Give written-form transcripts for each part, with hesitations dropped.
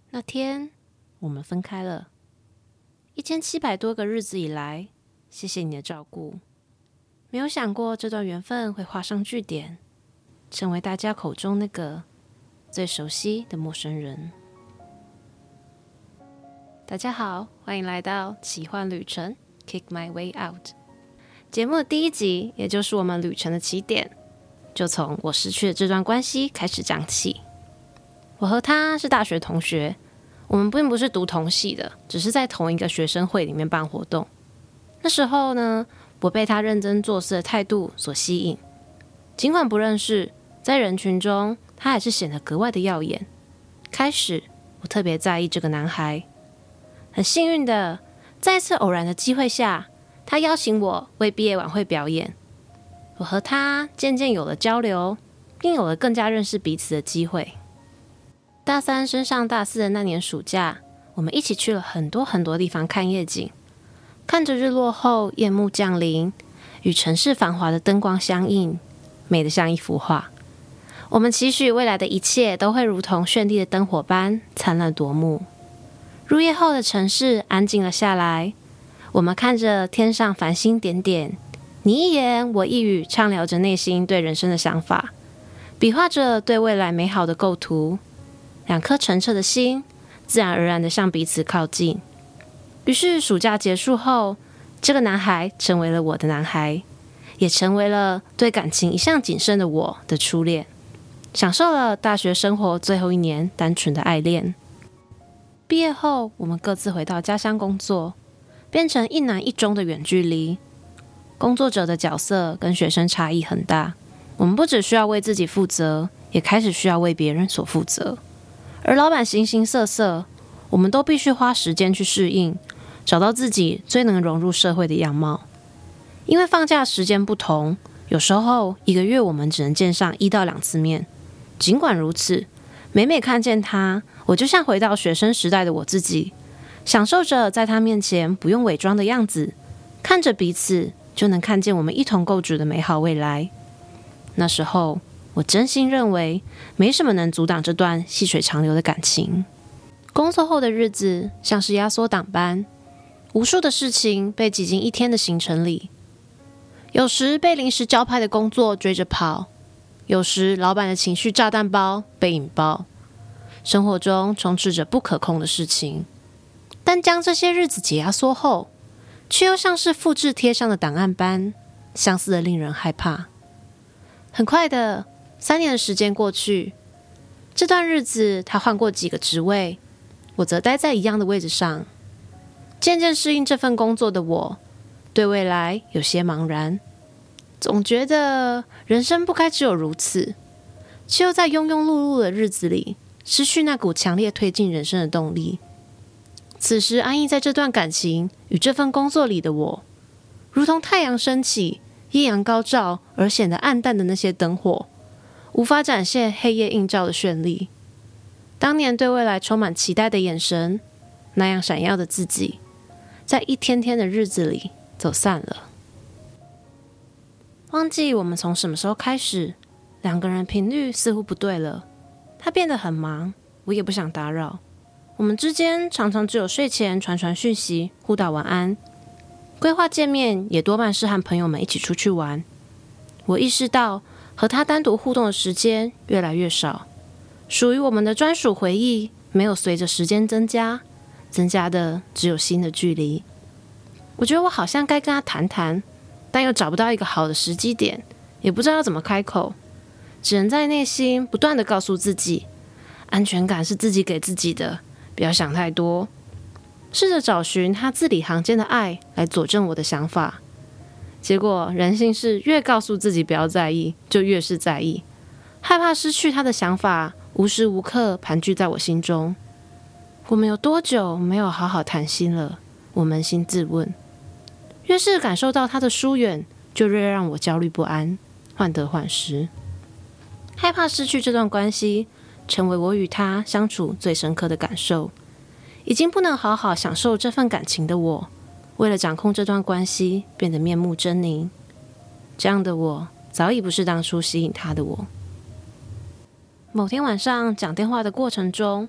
那天我们分开了，1700多个日子以来，谢谢你的照顾。没有想过这段缘分会画上句点，成为大家口中那个最熟悉的陌生人。大家好，欢迎来到奇幻旅程 Kick My Way Out。节目的第一集，也就是我们旅程的起点，就从我失去的这段关系开始讲起。我和他是大学同学，我们并不是读同系的，只是在同一个学生会里面办活动。那时候呢，我被他认真做事的态度所吸引，尽管不认识，在人群中他还是显得格外的耀眼。开始我特别在意这个男孩，很幸运的，在一次偶然的机会下，他邀请我为毕业晚会表演。我和他渐渐有了交流，并有了更加认识彼此的机会。大三升上大四的那年暑假，我们一起去了很多地方看夜景，看着日落后夜幕降临，与城市繁华的灯光相映，美得像一幅画。我们期许未来的一切都会如同绚丽的灯火般灿烂夺目。入夜后的城市安静了下来，我们看着天上繁星点点，你一言我一语，畅聊着内心对人生的想法，比划着对未来美好的构图。两颗澄澈的心自然而然地向彼此靠近。于是暑假结束后，这个男孩成为了我的男孩，也成为了对感情一向谨慎的我的初恋，享受了大学生活最后一年单纯的爱恋。毕业后，我们各自回到家乡工作，变成一南一中的远距离。工作者的角色跟学生差异很大，我们不只需要为自己负责，也开始需要为别人所负责。而老板形形色色，我们都必须花时间去适应，找到自己最能融入社会的样貌。因为放假时间不同，有时候一个月我们只能见上1到2次面。尽管如此，每每看见他，我就像回到学生时代的我自己，享受着在他面前不用伪装的样子，看着彼此就能看见我们一同构筑的美好未来。那时候我真心认为，没什么能阻挡这段细水长流的感情。工作后的日子像是压缩档般，无数的事情被挤进一天的行程里。有时被临时交派的工作追着跑，有时老板的情绪炸弹包被引爆。生活中充斥着不可控的事情，但将这些日子解压缩后，却又像是复制贴上的档案般，相似的令人害怕。很快的，3年的时间过去，这段日子他换过几个职位，我则待在一样的位置上。渐渐适应这份工作的我，对未来有些茫然，总觉得人生不该只有如此，却又在庸庸碌碌的日子里失去那股强烈推进人生的动力。此时安逸在这段感情与这份工作里的我，如同太阳升起，艳阳高照而显得暗淡的那些灯火，无法展现黑夜映照的绚丽。当年对未来充满期待的眼神，那样闪耀的自己，在一天天的日子里走散了。忘记我们从什么时候开始，两个人频率似乎不对了。他变得很忙，我也不想打扰。我们之间常常只有睡前传讯息，互道晚安。规划见面也多半是和朋友们一起出去玩。我意识到和他单独互动的时间越来越少，属于我们的专属回忆没有随着时间增加的只有新的距离。我觉得我好像该跟他谈谈，但又找不到一个好的时机点，也不知道要怎么开口，只能在内心不断地告诉自己，安全感是自己给自己的，不要想太多。试着找寻他字里行间的爱来佐证我的想法，结果人性是越告诉自己不要在意，就越是在意，害怕失去他的想法无时无刻盘踞在我心中。我们有多久没有好好谈心了？我扪心自问，越是感受到他的疏远，就越让我焦虑不安，患得患失，害怕失去这段关系，成为我与他相处最深刻的感受。已经不能好好享受这份感情的我，为了掌控这段关系，变得面目狰狞。这样的我，早已不是当初吸引他的我。某天晚上讲电话的过程中，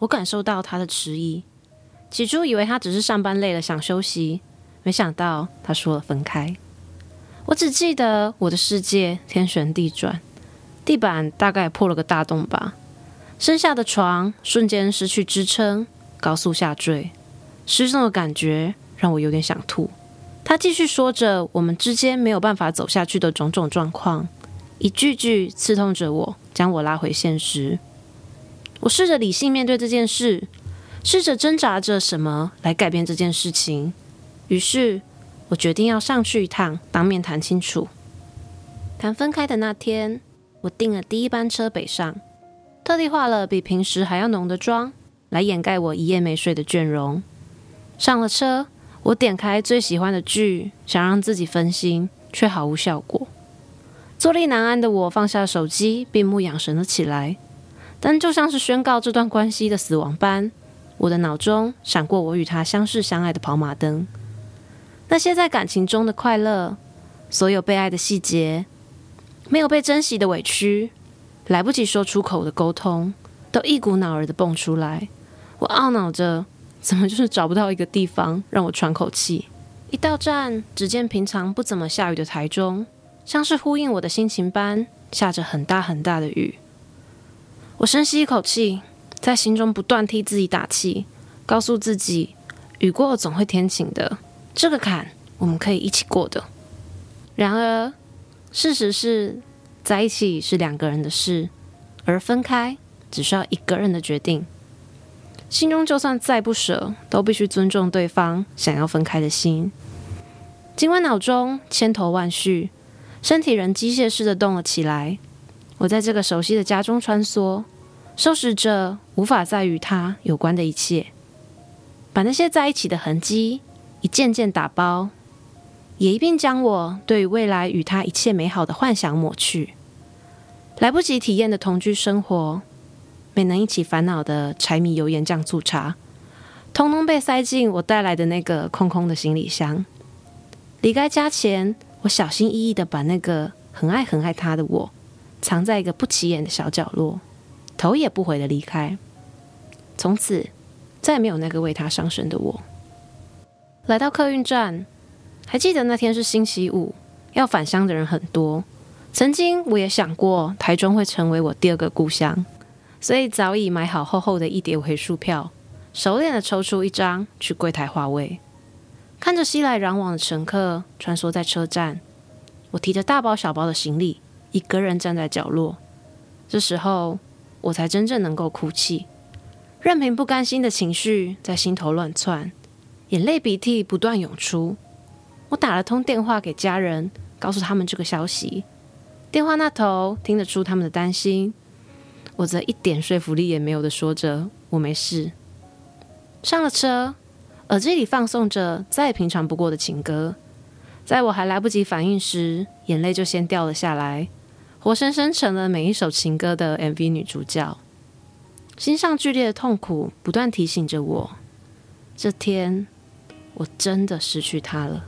我感受到他的迟疑。起初以为他只是上班累了想休息，没想到他说了分开。我只记得我的世界天旋地转，地板大概破了个大洞吧，身下的床瞬间失去支撑，高速下坠，失重的感觉让我有点想吐。他继续说着我们之间没有办法走下去的种种状况，一句句刺痛着我，将我拉回现实。我试着理性面对这件事，试着挣扎着什么来改变这件事情。于是我决定要上去一趟，当面谈清楚。谈分开的那天，我订了第一班车北上，特地化了比平时还要浓的妆，来掩盖我一夜没睡的倦容。上了车，我点开最喜欢的剧，想让自己分心，却毫无效果。坐立难安的我放下手机，闭目养神了起来。但就像是宣告这段关系的死亡般，我的脑中闪过我与他相识相爱的跑马灯。那些在感情中的快乐，所有被爱的细节，没有被珍惜的委屈，来不及说出口的沟通，都一股脑儿的蹦出来。我懊恼着，怎么就是找不到一个地方让我喘口气。一到站，只见平常不怎么下雨的台中，像是呼应我的心情般，下着很大很大的雨。我深吸一口气，在心中不断替自己打气，告诉自己，雨过总会天晴的，这个坎我们可以一起过的。然而事实是，在一起是两个人的事，而分开只需要一个人的决定。心中就算再不舍，都必须尊重对方想要分开的心。尽管脑中千头万绪，身体仍机械式的动了起来。我在这个熟悉的家中穿梭，收拾着无法再与他有关的一切，把那些在一起的痕迹一件件打包，也一并将我对于未来与他一切美好的幻想抹去。来不及体验的同居生活，没能一起烦恼的柴米油盐酱醋茶，通通被塞进我带来的那个空空的行李箱。离开家前，我小心翼翼的把那个很爱很爱他的我藏在一个不起眼的小角落，头也不回的离开。从此再没有那个为他伤神的我。来到客运站，还记得那天是星期五，要返乡的人很多。曾经我也想过台中会成为我第二个故乡，所以早已买好厚厚的一叠回数票，熟练的抽出一张去柜台划位。看着熙来攘往的乘客穿梭在车站，我提着大包小包的行李，一个人站在角落。这时候我才真正能够哭泣，任凭不甘心的情绪在心头乱窜，眼泪鼻涕不断涌出。我打了通电话给家人，告诉他们这个消息。电话那头听得出他们的担心，我则一点说服力也没有的说着我没事。上了车，耳机里放送着再平常不过的情歌，在我还来不及反应时，眼泪就先掉了下来，活生生成了每一首情歌的 MV 女主角。心上剧烈的痛苦不断提醒着我，这天我真的失去他了。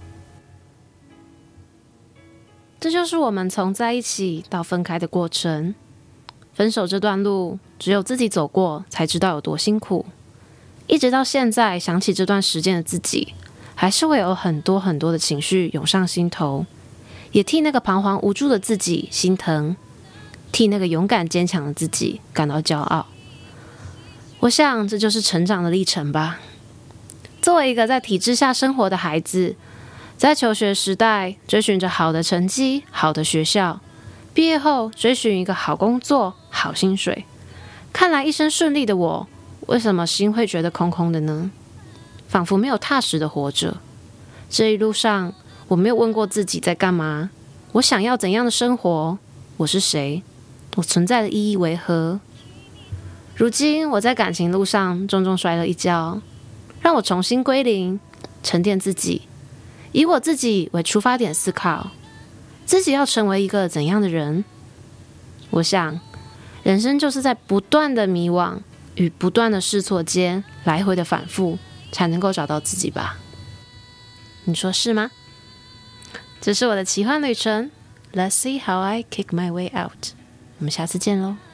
这就是我们从在一起到分开的过程。分手这段路，只有自己走过才知道有多辛苦。一直到现在想起这段时间的自己，还是会有很多很多的情绪涌上心头，也替那个彷徨无助的自己心疼，替那个勇敢坚强的自己感到骄傲。我想这就是成长的历程吧。作为一个在体制下生活的孩子，在求学时代追寻着好的成绩、好的学校，毕业后追寻一个好工作、好薪水，看来一生顺利的我，为什么心会觉得空空的呢？仿佛没有踏实的活着。这一路上，我没有问过自己在干嘛，我想要怎样的生活，我是谁，我存在的意义为何。如今我在感情路上重重摔了一跤，让我重新归零，沉淀自己，以我自己为出发点思考，自己要成为一个怎样的人。我想人生就是在不断的迷惘与不断的试错间来回的反复，才能够找到自己吧。你说是吗？这是我的奇幻旅程， Let's see how I kick my way out。 我们下次见咯。